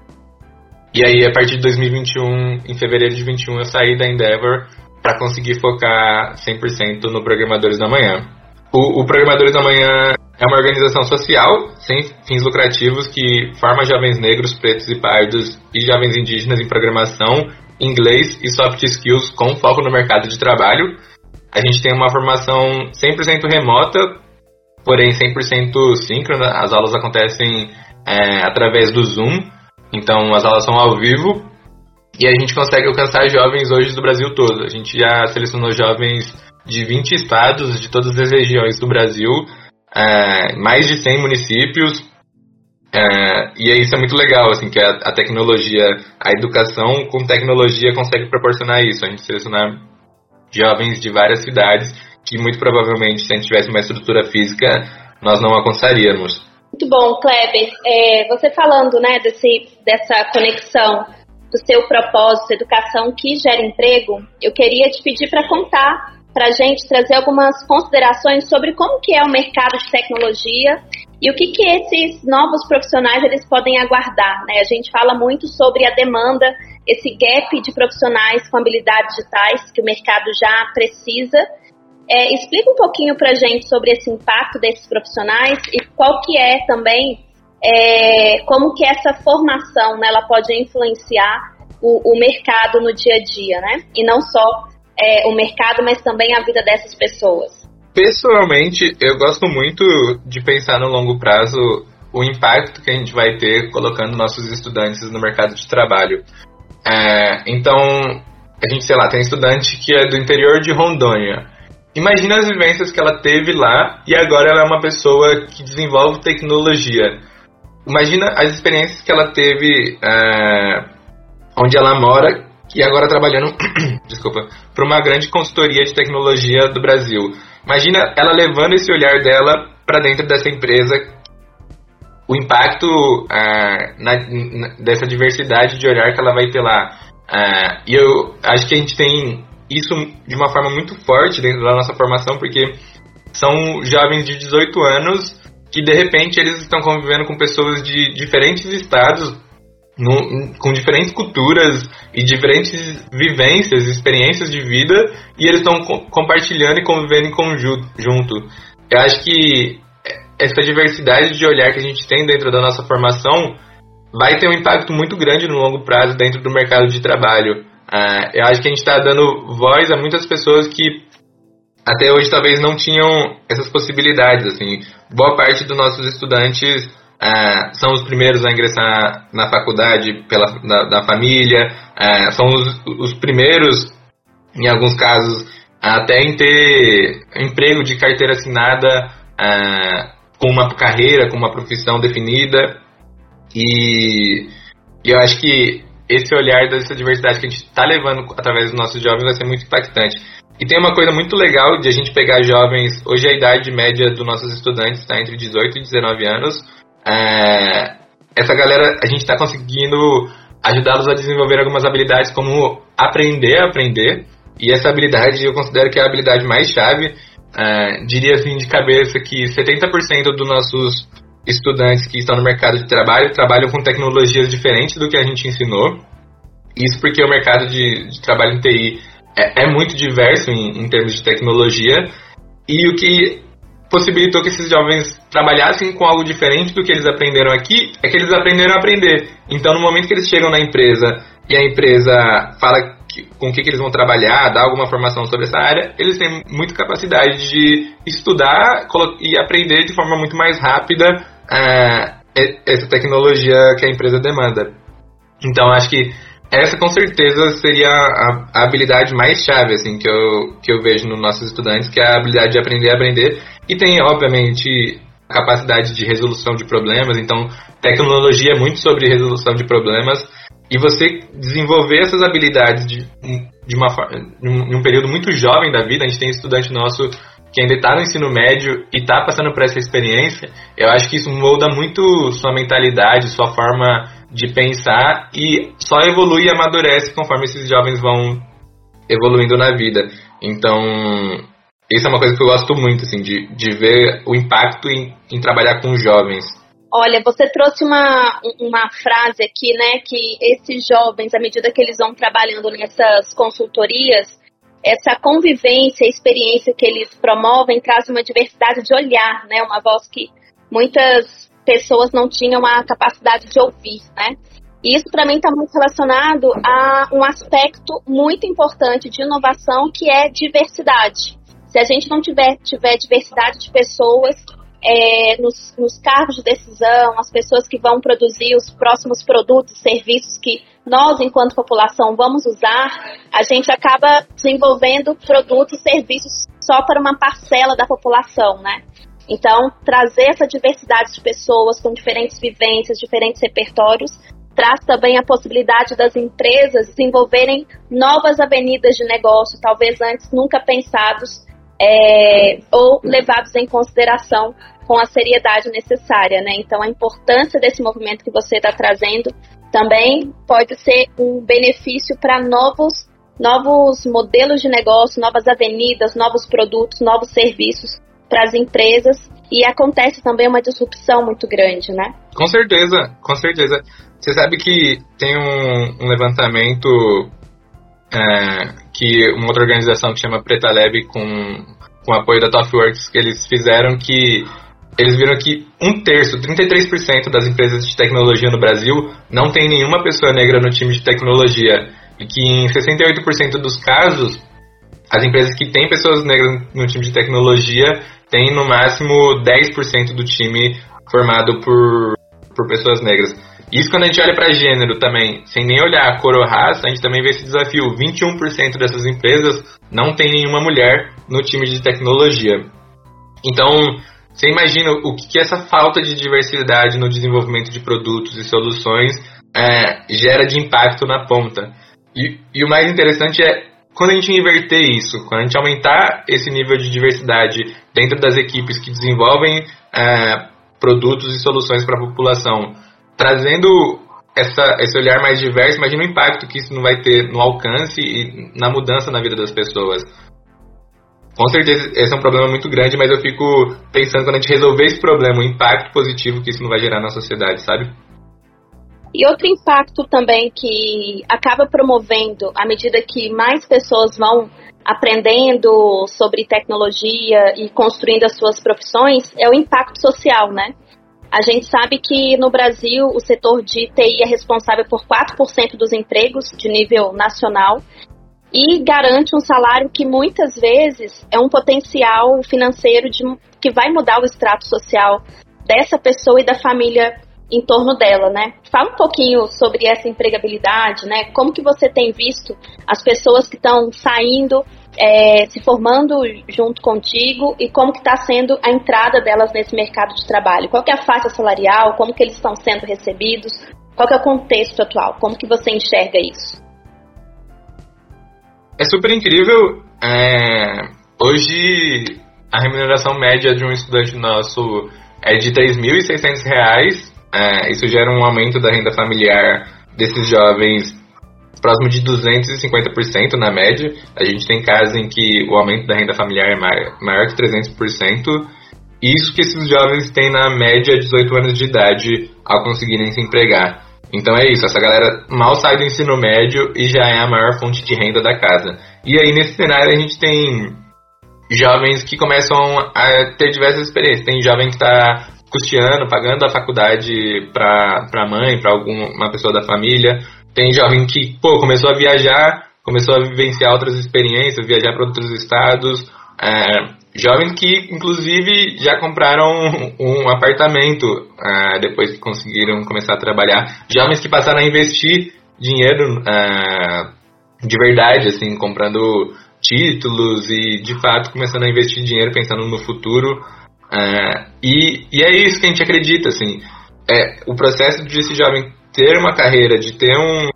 E aí, a partir de 2021, em fevereiro de 2021, eu saí da Endeavor para conseguir focar 100% no Programadores do Amanhã. O Programadores do Amanhã é uma organização social, sem fins lucrativos, que forma jovens negros, pretos e pardos e jovens indígenas em programação, inglês e soft skills com foco no mercado de trabalho. A gente tem uma formação 100% remota, porém 100% síncrona. As aulas acontecem através do Zoom, então as aulas são ao vivo e a gente consegue alcançar jovens hoje do Brasil todo. A gente já selecionou jovens de 20 estados, de todas as regiões do Brasil, mais de 100 municípios, e isso é muito legal, assim, que a tecnologia, a educação com tecnologia consegue proporcionar isso, a gente selecionar jovens de várias cidades que muito provavelmente, se a gente tivesse uma estrutura física, nós não alcançaríamos. Muito bom, Kleber. Você falando, né, dessa conexão do seu propósito, educação que gera emprego, eu queria te pedir para contar para a gente, trazer algumas considerações sobre como que é o mercado de tecnologia e o que esses novos profissionais eles podem aguardar, né? A gente fala muito sobre a demanda, esse gap de profissionais com habilidades digitais que o mercado já precisa. Explica um pouquinho para a gente sobre esse impacto desses profissionais e qual que é também, como que essa formação, né, ela pode influenciar o mercado no dia a dia, né? E não só o mercado, mas também a vida dessas pessoas. Pessoalmente, eu gosto muito de pensar no longo prazo o impacto que a gente vai ter colocando nossos estudantes no mercado de trabalho. Então, a gente, sei lá, tem estudante que é do interior de Rondônia imagina as vivências que ela teve lá e agora ela é uma pessoa que desenvolve tecnologia. Imagina as experiências que ela teve onde ela mora e agora trabalhando para uma grande consultoria de tecnologia do Brasil. Imagina ela levando esse olhar dela para dentro dessa empresa, o impacto dessa diversidade de olhar que ela vai ter lá. E eu acho que a gente tem isso de uma forma muito forte dentro da nossa formação, porque são jovens de 18 anos que de repente eles estão convivendo com pessoas de diferentes estados, com diferentes culturas e diferentes vivências, experiências de vida, e eles estão compartilhando e convivendo em conjunto. Eu acho que essa diversidade de olhar que a gente tem dentro da nossa formação vai ter um impacto muito grande no longo prazo dentro do mercado de trabalho. Eu acho que a gente está dando voz a muitas pessoas que até hoje talvez não tinham essas possibilidades. Assim, boa parte dos nossos estudantes são os primeiros a ingressar na faculdade da família, são os primeiros, em alguns casos, até em ter emprego de carteira assinada, com uma carreira, com uma profissão definida. E eu acho que esse olhar dessa diversidade que a gente está levando através dos nossos jovens vai ser muito impactante. E tem uma coisa muito legal de a gente pegar jovens. Hoje a idade média dos nossos estudantes está entre 18 e 19 anos. Essa galera, a gente está conseguindo ajudá-los a desenvolver algumas habilidades como aprender a aprender. E essa habilidade eu considero que é a habilidade mais chave. Diria assim de cabeça que 70% dos nossos estudantes que estão no mercado de trabalho trabalham com tecnologias diferentes do que a gente ensinou. Isso porque o mercado de trabalho em TI é muito diverso em termos de tecnologia, e o que possibilitou que esses jovens trabalhassem com algo diferente do que eles aprenderam aqui é que eles aprenderam a aprender. Então, no momento que eles chegam na empresa e a empresa fala com o que eles vão trabalhar, dá alguma formação sobre essa área, eles têm muita capacidade de estudar e aprender de forma muito mais rápida essa tecnologia que a empresa demanda. Então, acho que essa com certeza seria a habilidade mais chave assim, que eu vejo nos nossos estudantes, que é a habilidade de aprender a aprender. E tem, obviamente, a capacidade de resolução de problemas. Então, tecnologia é muito sobre resolução de problemas. E você desenvolver essas habilidades em um período muito jovem da vida. A gente tem estudante nosso que ainda está no ensino médio e está passando por essa experiência. Eu acho que isso molda muito sua mentalidade, sua forma de pensar, e só evolui e amadurece conforme esses jovens vão evoluindo na vida. Então, isso é uma coisa que eu gosto muito, assim, de ver o impacto em trabalhar com jovens. Olha, você trouxe uma frase aqui, né, que esses jovens, à medida que eles vão trabalhando nessas consultorias, essa convivência, a experiência que eles promovem traz uma diversidade de olhar, né, uma voz que muitas pessoas não tinham a capacidade de ouvir, né? E isso para mim está muito relacionado a um aspecto muito importante de inovação, que é diversidade. Se a gente não tiver diversidade de pessoas nos cargos de decisão, as pessoas que vão produzir os próximos produtos, serviços que nós, enquanto população, vamos usar, a gente acaba desenvolvendo produtos e serviços só para uma parcela da população, né? Então, trazer essa diversidade de pessoas com diferentes vivências, diferentes repertórios, traz também a possibilidade das empresas desenvolverem novas avenidas de negócio, talvez antes nunca pensados ou levados em consideração com a seriedade necessária, né? Então, a importância desse movimento que você está trazendo também pode ser um benefício para novos modelos de negócio, novas avenidas, novos produtos, novos serviços para as empresas, e acontece também uma disrupção muito grande, né? Com certeza, com certeza. Você sabe que tem um levantamento que uma outra organização que chama Preta Lab, com apoio da TopWorks, que eles fizeram, que eles viram que 33% das empresas de tecnologia no Brasil não tem nenhuma pessoa negra no time de tecnologia, e que em 68% dos casos, as empresas que têm pessoas negras no time de tecnologia têm no máximo 10% do time formado por pessoas negras. Isso quando a gente olha para gênero também, sem nem olhar a cor ou raça, a gente também vê esse desafio. 21% dessas empresas não tem nenhuma mulher no time de tecnologia. Então, você imagina o que essa falta de diversidade no desenvolvimento de produtos e soluções gera de impacto na ponta. E o mais interessante é quando a gente inverter isso, quando a gente aumentar esse nível de diversidade dentro das equipes que desenvolvem produtos e soluções para a população, trazendo esse olhar mais diverso, imagina o impacto que isso não vai ter no alcance e na mudança na vida das pessoas. Com certeza esse é um problema muito grande, mas eu fico pensando quando a gente resolver esse problema, o impacto positivo que isso não vai gerar na sociedade, sabe? E outro impacto também que acaba promovendo, à medida que mais pessoas vão aprendendo sobre tecnologia e construindo as suas profissões, é o impacto social, né? A gente sabe que no Brasil o setor de TI é responsável por 4% dos empregos de nível nacional e garante um salário que muitas vezes é um potencial financeiro que vai mudar o extrato social dessa pessoa e da família em torno dela, né? Fala um pouquinho sobre essa empregabilidade, né? Como que você tem visto as pessoas que estão saindo, se formando junto contigo e como que está sendo a entrada delas nesse mercado de trabalho? Qual que é a faixa salarial? Como que eles estão sendo recebidos? Qual que é o contexto atual? Como que você enxerga isso? É super incrível. Hoje, a remuneração média de um estudante nosso é de R$ 3.600. Isso gera um aumento da renda familiar desses jovens próximo de 250% na média. A gente tem casos em que o aumento da renda familiar é maior que 300%. Isso que esses jovens têm na média 18 anos de idade ao conseguirem se empregar. Então é isso, essa galera mal sai do ensino médio e já é a maior fonte de renda da casa. E aí nesse cenário a gente tem jovens que começam a ter diversas experiências. Tem jovem que está custeando, pagando a faculdade para a mãe, para alguma pessoa da família. Tem jovem que começou a viajar, começou a vivenciar outras experiências, viajar para outros estados. Jovens que, inclusive, já compraram um apartamento depois que conseguiram começar a trabalhar. Jovens que passaram a investir dinheiro de verdade, assim, comprando títulos e, de fato, começando a investir dinheiro pensando no futuro. E é isso que a gente acredita, assim. O processo de esse jovem ter uma carreira, de ter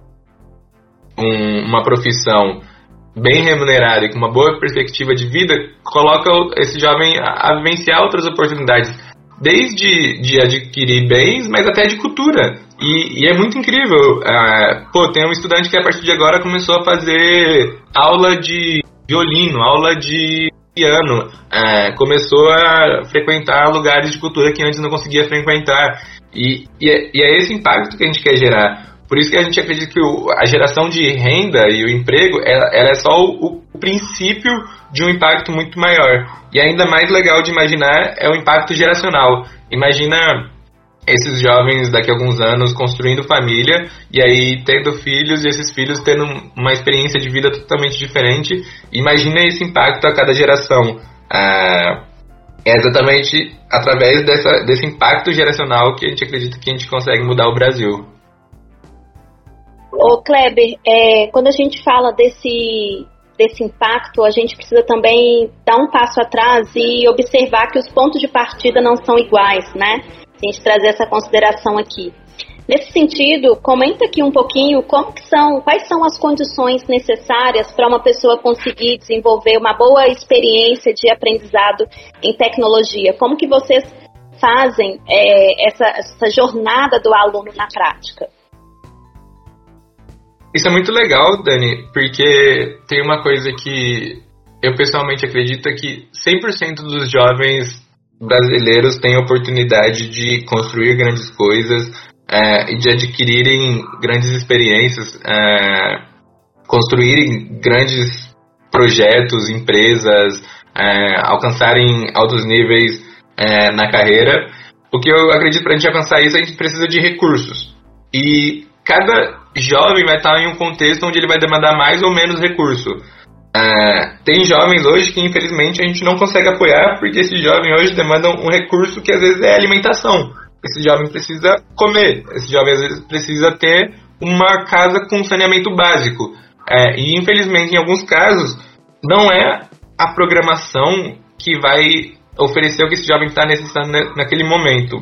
uma profissão bem remunerada e com uma boa perspectiva de vida, coloca esse jovem a vivenciar outras oportunidades, desde de adquirir bens, mas até de cultura. E é muito incrível. Tem um estudante que a partir de agora começou a fazer aula de violino, aula de piano, começou a frequentar lugares de cultura que antes não conseguia frequentar. E é esse impacto que a gente quer gerar. Por isso que a gente acredita que a geração de renda e o emprego ela é só o princípio de um impacto muito maior. E ainda mais legal de imaginar é o impacto geracional. Imagina esses jovens daqui a alguns anos construindo família e aí tendo filhos e esses filhos tendo uma experiência de vida totalmente diferente. Imagina esse impacto a cada geração. É exatamente através desse impacto geracional que a gente acredita que a gente consegue mudar o Brasil. Ô Kleber, quando a gente fala desse impacto, a gente precisa também dar um passo atrás e observar que os pontos de partida não são iguais, né? Se a gente trazer essa consideração aqui. Nesse sentido, comenta aqui um pouquinho quais são as condições necessárias para uma pessoa conseguir desenvolver uma boa experiência de aprendizado em tecnologia. Como que vocês fazem essa jornada do aluno na prática? Isso é muito legal, Dani, porque tem uma coisa que eu pessoalmente acredito que 100% dos jovens brasileiros têm a oportunidade de construir grandes coisas e de adquirirem grandes experiências, construírem grandes projetos, empresas, alcançarem altos níveis na carreira. O que eu acredito, para a gente alcançar isso, a gente precisa de recursos. E cada jovem vai estar em um contexto onde ele vai demandar mais ou menos recurso. Tem jovens hoje que infelizmente a gente não consegue apoiar porque esse jovem hoje demanda um recurso que às vezes é alimentação. Esse jovem precisa comer, esse jovem às vezes precisa ter uma casa com saneamento básico. E infelizmente em alguns casos não é a programação que vai oferecer o que esse jovem está necessitando naquele momento.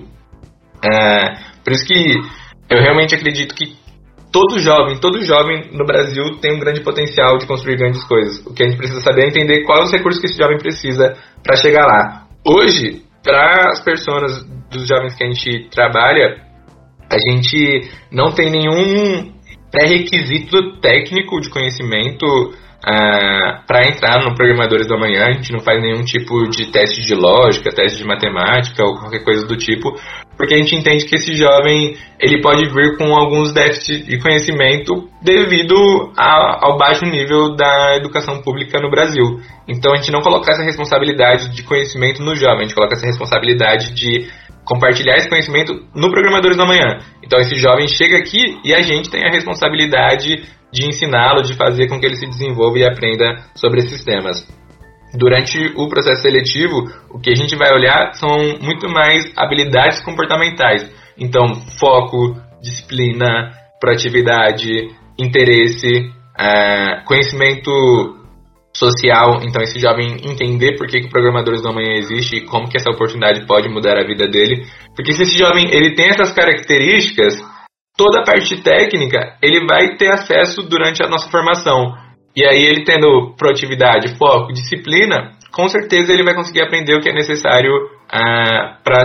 Por isso que eu realmente acredito que todo jovem no Brasil tem um grande potencial de construir grandes coisas. O que a gente precisa saber é entender quais os recursos que esse jovem precisa para chegar lá. Hoje, para as personas dos jovens que a gente trabalha, a gente não tem nenhum pré-requisito técnico de conhecimento para entrar no Programadores do Amanhã. A gente não faz nenhum tipo de teste de lógica, teste de matemática ou qualquer coisa do tipo, porque a gente entende que esse jovem ele pode vir com alguns déficits de conhecimento devido ao baixo nível da educação pública no Brasil. Então a gente não coloca essa responsabilidade de conhecimento no jovem, a gente coloca essa responsabilidade de compartilhar esse conhecimento no Programadores do Amanhã. Então esse jovem chega aqui e a gente tem a responsabilidade de ensiná-lo, de fazer com que ele se desenvolva e aprenda sobre esses temas. Durante o processo seletivo, o que a gente vai olhar são muito mais habilidades comportamentais. Então, foco, disciplina, proatividade, interesse, conhecimento social. Então, esse jovem entender por que o Programadores do Amanhã existe e como que essa oportunidade pode mudar a vida dele. Porque se esse jovem ele tem essas características, toda a parte técnica ele vai ter acesso durante a nossa formação. E aí ele tendo proatividade, foco, disciplina, com certeza ele vai conseguir aprender o que é necessário para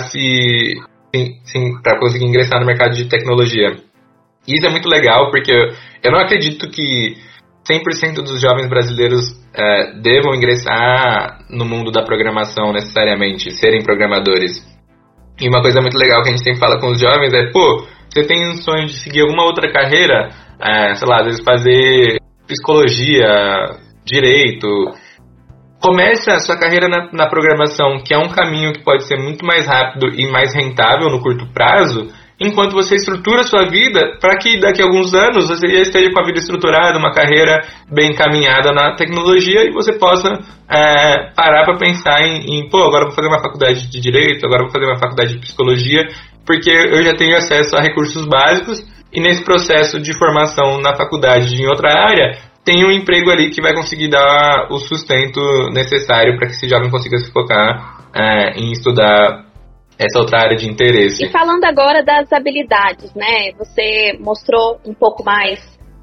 conseguir ingressar no mercado de tecnologia. E isso é muito legal, porque eu não acredito que 100% dos jovens brasileiros devam ingressar no mundo da programação necessariamente, serem programadores. E uma coisa muito legal que a gente sempre fala com os jovens é, você tem um sonho de seguir alguma outra carreira, sei lá, às vezes fazer psicologia, direito. Comece a sua carreira na programação, que é um caminho que pode ser muito mais rápido e mais rentável no curto prazo, enquanto você estrutura a sua vida para que daqui a alguns anos você já esteja com a vida estruturada, uma carreira bem encaminhada na tecnologia e você possa parar para pensar agora vou fazer uma faculdade de direito, agora vou fazer uma faculdade de psicologia, porque eu já tenho acesso a recursos básicos e nesse processo de formação na faculdade em outra área, tem um emprego ali que vai conseguir dar o sustento necessário para que esse jovem consiga se focar em estudar essa outra área de interesse. E falando agora das habilidades, né? Você mostrou um pouco mais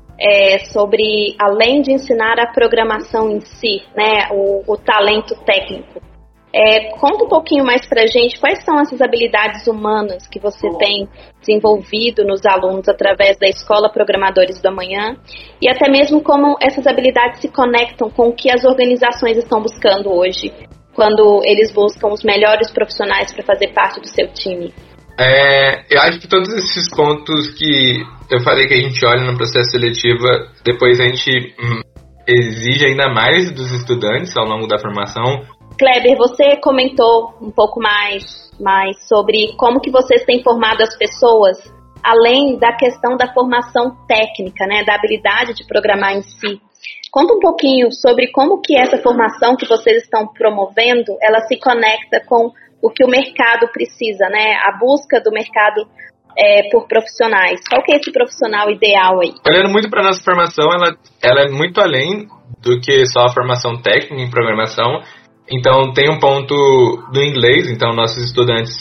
sobre, além de ensinar a programação em si, né? O talento técnico. Conta um pouquinho mais pra gente quais são essas habilidades humanas que você tem desenvolvido nos alunos através da Escola Programadores do Amanhã e até mesmo como essas habilidades se conectam com o que as organizações estão buscando hoje, quando eles buscam os melhores profissionais para fazer parte do seu time. Eu acho que todos esses pontos que eu falei que a gente olha no processo seletivo, depois a gente exige ainda mais dos estudantes ao longo da formação. Kleber, você comentou um pouco mais sobre como que vocês têm formado as pessoas, além da questão da formação técnica, né, da habilidade de programar em si. Conta um pouquinho sobre como que essa formação que vocês estão promovendo, ela se conecta com o que o mercado precisa, né, a busca do mercado por profissionais. Qual que é esse profissional ideal aí? Olhando muito para a nossa formação, ela é muito além do que só a formação técnica em programação. Então tem um ponto do inglês, então nossos estudantes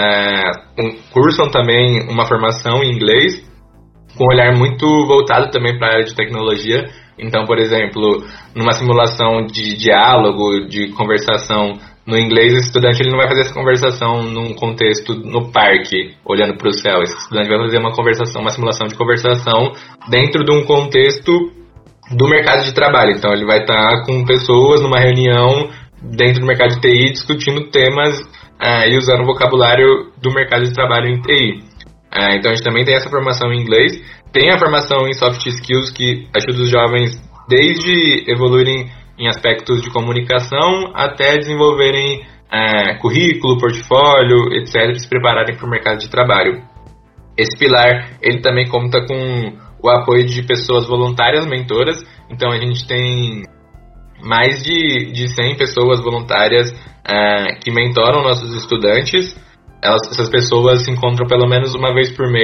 cursam também uma formação em inglês, com um olhar muito voltado também para a área de tecnologia. Então, por exemplo, numa simulação de diálogo, de conversação no inglês, esse estudante ele não vai fazer essa conversação num contexto no parque, olhando para o céu. Esse estudante vai fazer uma simulação de conversação dentro de um contexto do mercado de trabalho. Então ele vai estar com pessoas numa reunião dentro do mercado de TI, discutindo temas e usando o vocabulário do mercado de trabalho em TI. Então a gente também tem essa formação em inglês, tem a formação em soft skills que ajuda os jovens desde evoluírem em aspectos de comunicação até desenvolverem currículo, portfólio, etc., se prepararem para o mercado de trabalho. Esse pilar ele também conta com o apoio de pessoas voluntárias mentoras, então a gente tem mais de 100 pessoas voluntárias que mentoram nossos estudantes. Essas pessoas se encontram pelo menos uma vez por mês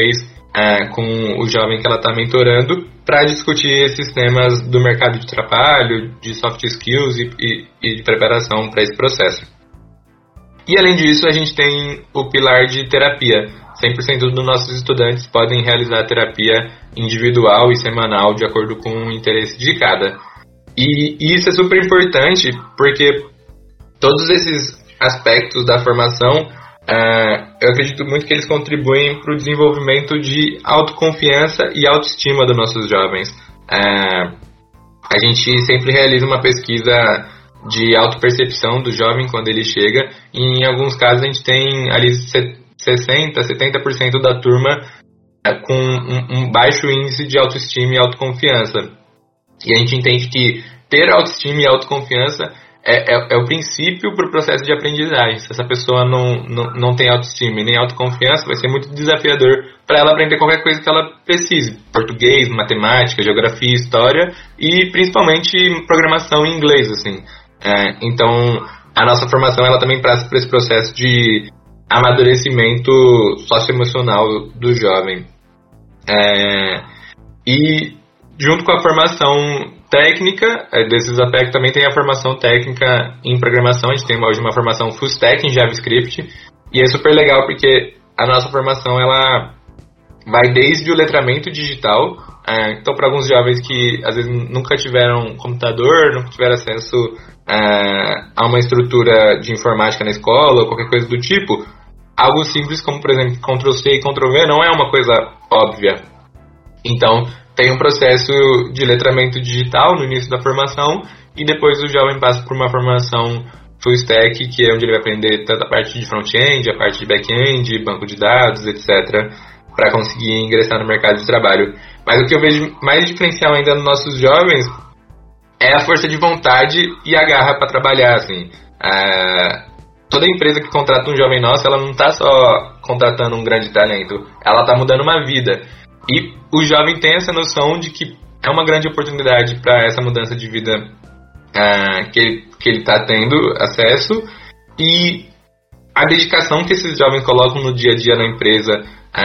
com o jovem que ela está mentorando para discutir esses temas do mercado de trabalho, de soft skills e de preparação para esse processo. E além disso, a gente tem o pilar de terapia. 100% dos nossos estudantes podem realizar terapia individual e semanal de acordo com o interesse de cada. E isso é super importante porque todos esses aspectos da formação, eu acredito muito que eles contribuem para o desenvolvimento de autoconfiança e autoestima dos nossos jovens. A gente sempre realiza uma pesquisa de autopercepção do jovem quando ele chega, e em alguns casos a gente tem ali 60%, 70% da turma com um baixo índice de autoestima e autoconfiança. E a gente entende que ter autoestima e autoconfiança é o princípio para o processo de aprendizagem. Se essa pessoa não tem autoestima e nem autoconfiança, vai ser muito desafiador para ela aprender qualquer coisa que ela precise. Português, matemática, geografia, história e principalmente programação em inglês, assim. Então, a nossa formação ela também passa por esse processo de amadurecimento socioemocional do jovem. E junto com a formação técnica, desses aspectos também tem a formação técnica em programação. A gente tem hoje uma formação full stack em JavaScript, e é super legal porque a nossa formação ela vai desde o letramento digital. Então, para alguns jovens que às vezes nunca tiveram computador, nunca tiveram acesso a uma estrutura de informática na escola ou qualquer coisa do tipo, algo simples como, por exemplo, Ctrl+C e Ctrl+V não é uma coisa óbvia. Então, tem um processo de letramento digital no início da formação, e depois o jovem passa por uma formação full stack, que é onde ele vai aprender tanto a parte de front-end, a parte de back-end, banco de dados, etc., para conseguir ingressar no mercado de trabalho. Mas o que eu vejo mais diferencial ainda nos nossos jovens é a força de vontade e a garra para trabalhar, assim. Toda empresa que contrata um jovem nosso, ela não está só contratando um grande talento, ela está mudando uma vida. E o jovem tem essa noção de que é uma grande oportunidade para essa mudança de vida que ele está tendo acesso, e a dedicação que esses jovens colocam no dia a dia na empresa,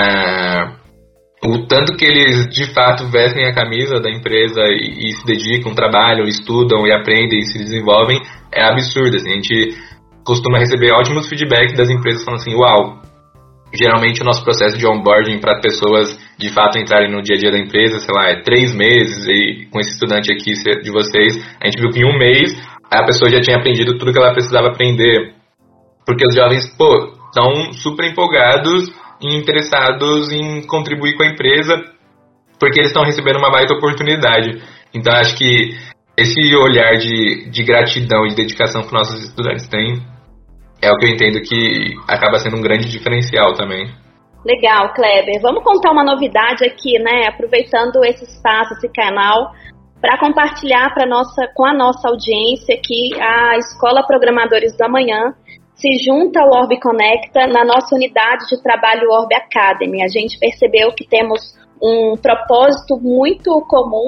o tanto que eles de fato vestem a camisa da empresa e se dedicam, trabalham, estudam e aprendem e se desenvolvem, é absurdo. Assim, a gente costuma receber ótimos feedbacks das empresas falando assim: uau, geralmente o nosso processo de onboarding para pessoas de fato entrarem no dia a dia da empresa, sei lá, é 3 meses, e com esse estudante aqui de vocês, a gente viu que em 1 mês a pessoa já tinha aprendido tudo que ela precisava aprender, porque os jovens, estão super empolgados e interessados em contribuir com a empresa, porque eles estão recebendo uma baita oportunidade. Então acho que esse olhar de gratidão e de dedicação que nossos estudantes têm é o que eu entendo que acaba sendo um grande diferencial também. Legal, Kleber. Vamos contar uma novidade aqui, né? Aproveitando esse espaço, esse canal, para compartilhar com a nossa audiência que a Escola Programadores do Amanhã se junta ao Orbe Conecta na nossa unidade de trabalho Orbe Academy. A gente percebeu que temos um propósito muito comum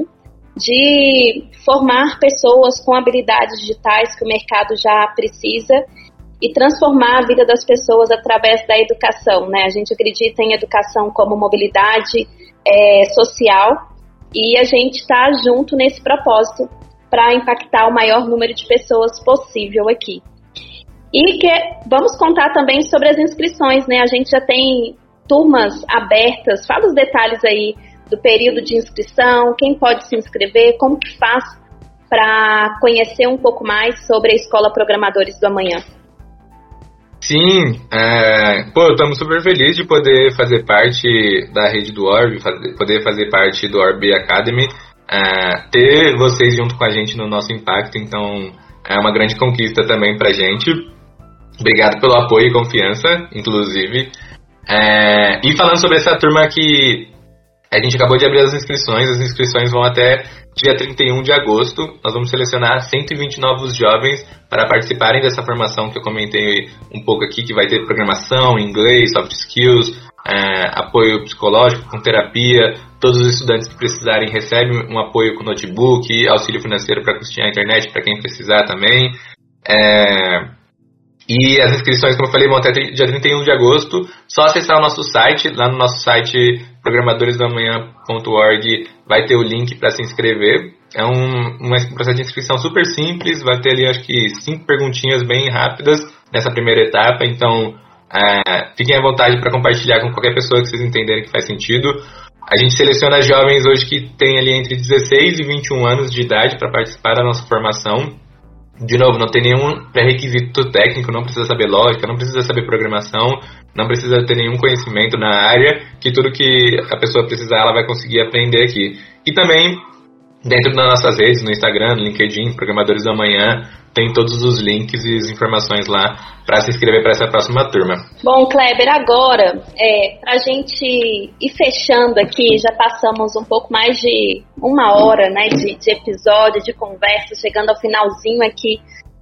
de formar pessoas com habilidades digitais que o mercado já precisa e transformar a vida das pessoas através da educação, né? A gente acredita em educação como mobilidade social, e a gente está junto nesse propósito para impactar o maior número de pessoas possível aqui. E vamos contar também sobre as inscrições, né? A gente já tem turmas abertas. Fala os detalhes aí do período de inscrição, quem pode se inscrever, como que faz para conhecer um pouco mais sobre a Escola Programadores do Amanhã. Sim, estamos super felizes de poder fazer parte da rede do Orbe, poder fazer parte do Orbe Academy, ter vocês junto com a gente no nosso impacto, então é uma grande conquista também pra gente. Obrigado pelo apoio e confiança, inclusive. E falando sobre essa turma que a gente acabou de abrir as inscrições vão até dia 31 de agosto. Nós vamos selecionar 120 novos jovens para participarem dessa formação que eu comentei um pouco aqui, que vai ter programação, inglês, soft skills, apoio psicológico com terapia. Todos os estudantes que precisarem recebem um apoio com notebook, auxílio financeiro para custear a internet para quem precisar também. E as inscrições, como eu falei, vão até dia 31 de agosto. Só acessar o nosso site. Lá no nosso site programadoresdoamanhã.org vai ter o link para se inscrever. É um processo de inscrição super simples, vai ter ali acho que 5 perguntinhas bem rápidas nessa primeira etapa, então fiquem à vontade para compartilhar com qualquer pessoa que vocês entenderem que faz sentido. A gente seleciona jovens hoje que têm ali entre 16 e 21 anos de idade para participar da nossa formação. De novo, não tem nenhum pré-requisito técnico, não precisa saber lógica, não precisa saber programação, não precisa ter nenhum conhecimento na área, que tudo que a pessoa precisar ela vai conseguir aprender aqui. E também, dentro das nossas redes, no Instagram, no LinkedIn, Programadores do Amanhã, tem todos os links e as informações lá para se inscrever para essa próxima turma. Bom, Kleber, agora, a gente ir fechando aqui, já passamos um pouco mais de 1 hora, né, de episódio, de conversa, chegando ao finalzinho aqui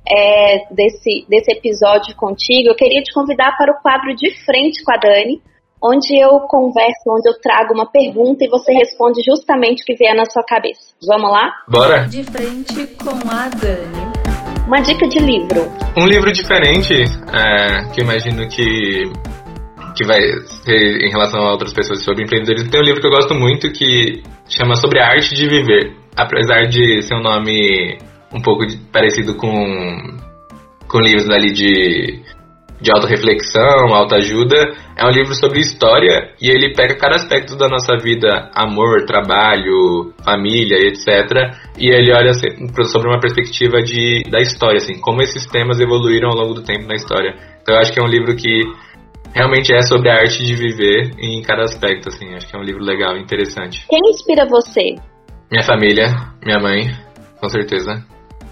desse episódio contigo. Eu queria te convidar para o quadro De Frente com a Dani, onde eu converso, onde eu trago uma pergunta e você responde justamente o que vier na sua cabeça. Vamos lá? Bora! De Frente com a Dani. Uma dica de livro. Um livro diferente, que eu imagino que vai ser em relação a outras pessoas sobre empreendedorismo. Tem um livro que eu gosto muito que chama Sobre a Arte de Viver. Apesar de ser um nome um pouco parecido com livros ali de autorreflexão, autoajuda, é um livro sobre história e ele pega cada aspecto da nossa vida, amor, trabalho, família, etc. E ele olha sobre uma perspectiva da história, assim, como esses temas evoluíram ao longo do tempo na história. Então eu acho que é um livro que realmente é sobre a arte de viver em cada aspecto, assim. Acho que é um livro legal, interessante. Quem inspira você? Minha família, minha mãe, com certeza.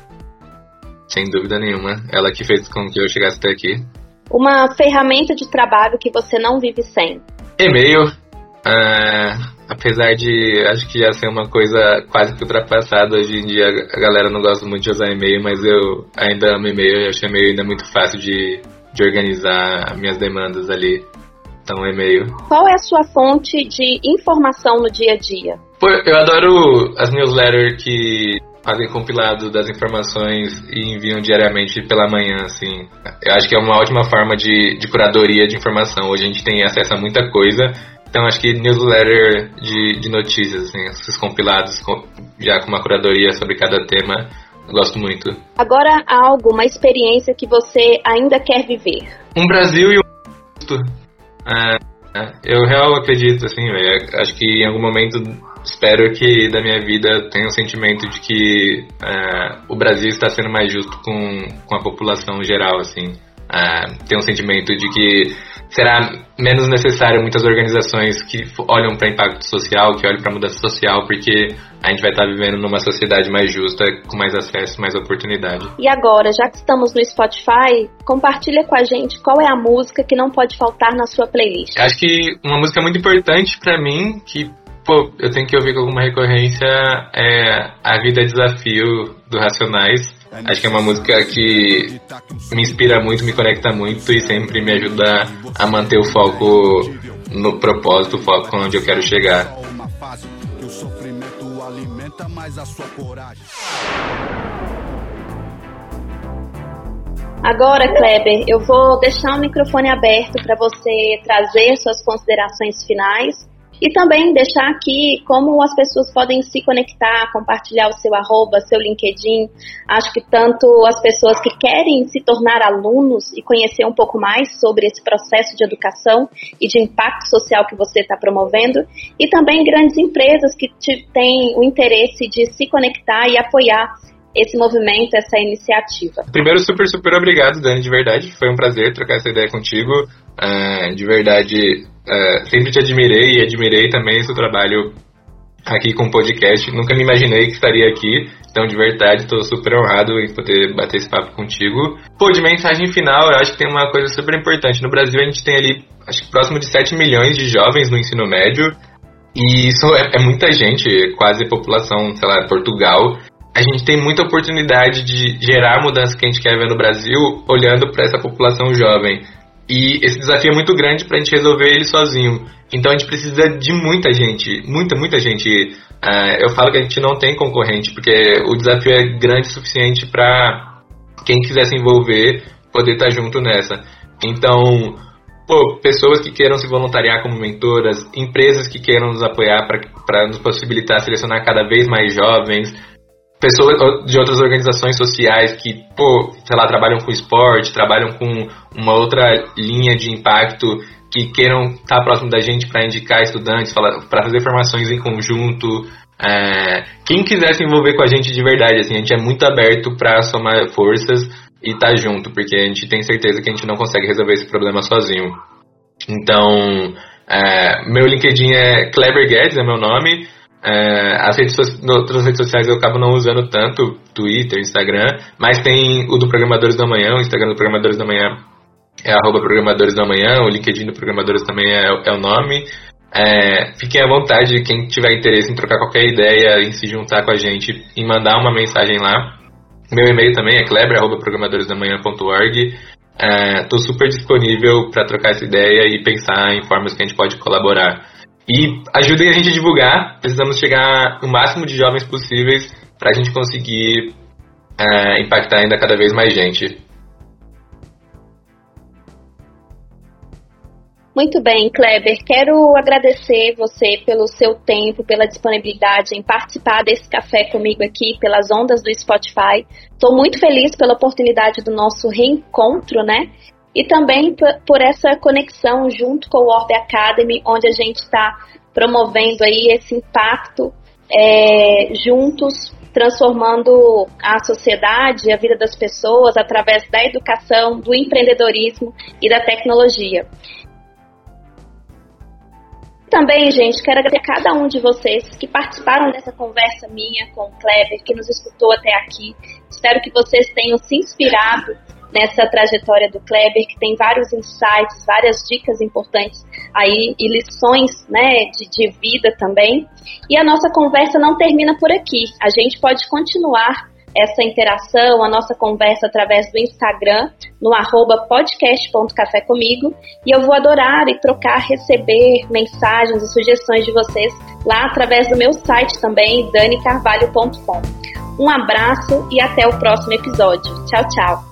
Sem dúvida nenhuma. Ela que fez com que eu chegasse até aqui. Uma ferramenta de trabalho que você não vive sem? E-mail. Apesar de, acho que já ser uma coisa quase que ultrapassada, hoje em dia a galera não gosta muito de usar e-mail, mas eu ainda amo e-mail, eu acho e-mail ainda muito fácil de organizar minhas demandas ali. Então, e-mail. Qual é a sua fonte de informação no dia a dia? Pô, eu adoro as newsletters que fazem compilado das informações e enviam diariamente pela manhã, assim. Eu acho que é uma ótima forma de curadoria de informação. Hoje a gente tem acesso a muita coisa, então acho que newsletter de notícias, assim, esses compilados já com uma curadoria sobre cada tema, eu gosto muito. Agora, uma experiência que você ainda quer viver? Um Brasil e um mundo. Eu real acredito, assim, acho que em algum momento espero que da minha vida tenha um sentimento de que o Brasil está sendo mais justo com a população geral, assim. Tem um sentimento de que será menos necessário muitas organizações que olham para impacto social, que olham para mudança social, porque a gente vai estar vivendo numa sociedade mais justa, com mais acesso, mais oportunidade. E agora, já que estamos no Spotify, compartilha com a gente qual é a música que não pode faltar na sua playlist. Acho que uma música muito importante para mim, que eu tenho que ouvir com alguma recorrência, é A Vida é Desafio, do Racionais. Acho que é uma música que me inspira muito, me conecta muito e sempre me ajuda a manter o foco no propósito, o foco onde eu quero chegar. Agora, Kleber, eu vou deixar o microfone aberto para você trazer suas considerações finais e também deixar aqui como as pessoas podem se conectar, compartilhar o seu @, seu LinkedIn. Acho que tanto as pessoas que querem se tornar alunos e conhecer um pouco mais sobre esse processo de educação e de impacto social que você está promovendo, e também grandes empresas que têm o interesse de se conectar e apoiar esse movimento, essa iniciativa. Primeiro, super, super obrigado, Dani, de verdade. Foi um prazer trocar essa ideia contigo. De verdade, sempre te admirei e admirei também o seu trabalho aqui com o podcast. Nunca me imaginei que estaria aqui. Então, de verdade, estou super honrado em poder bater esse papo contigo. De mensagem final, eu acho que tem uma coisa super importante. No Brasil, a gente tem ali, acho que próximo de 7 milhões de jovens no ensino médio. E isso é muita gente, quase a população, sei lá, Portugal. A gente tem muita oportunidade de gerar a mudança que a gente quer ver no Brasil olhando para essa população jovem. E esse desafio é muito grande para a gente resolver ele sozinho. Então a gente precisa de muita gente, muita gente. Eu falo que a gente não tem concorrente, porque o desafio é grande o suficiente para quem quiser se envolver poder estar junto nessa. Então, pessoas que queiram se voluntariar como mentoras, empresas que queiram nos apoiar para nos possibilitar selecionar cada vez mais jovens, pessoas de outras organizações sociais que, sei lá, trabalham com esporte, trabalham com uma outra linha de impacto, que queiram estar próximo da gente para indicar estudantes, para fazer formações em conjunto. Quem quiser se envolver com a gente de verdade, assim, a gente é muito aberto para somar forças e estar junto, porque a gente tem certeza que a gente não consegue resolver esse problema sozinho. Então, meu LinkedIn é Kleber Guedes, é meu nome. Outras redes sociais eu acabo não usando tanto, Twitter, Instagram, mas tem o do Programadores da Manhã, o Instagram do Programadores da Manhã é @Programadores da Manhã, o LinkedIn do Programadores também é o nome. Fiquem à vontade, quem tiver interesse em trocar qualquer ideia, em se juntar com a gente, em mandar uma mensagem lá. Meu e-mail também é kleber@programadoresdamanhã.org. Estou super disponível para trocar essa ideia e pensar em formas que a gente pode colaborar. E ajudem a gente a divulgar, precisamos chegar no máximo de jovens possíveis para a gente conseguir impactar ainda cada vez mais gente. Muito bem, Kleber. Quero agradecer você pelo seu tempo, pela disponibilidade em participar desse café comigo aqui pelas ondas do Spotify. Estou muito feliz pela oportunidade do nosso reencontro, né? E também por essa conexão junto com o Orbe Academy, onde a gente está promovendo aí esse impacto juntos, transformando a sociedade, a vida das pessoas através da educação, do empreendedorismo e da tecnologia. Também, gente, quero agradecer a cada um de vocês que participaram dessa conversa minha com o Kleber, que nos escutou até aqui. Espero que vocês tenham se inspirado nessa trajetória do Kleber, que tem vários insights, várias dicas importantes aí e lições, né, de vida também. E a nossa conversa não termina por aqui. A gente pode continuar essa interação, a nossa conversa através do Instagram, no @podcast.cafécomigo, e eu vou adorar e receber mensagens e sugestões de vocês lá através do meu site também, danicarvalho.com. Um abraço e até o próximo episódio. Tchau, tchau!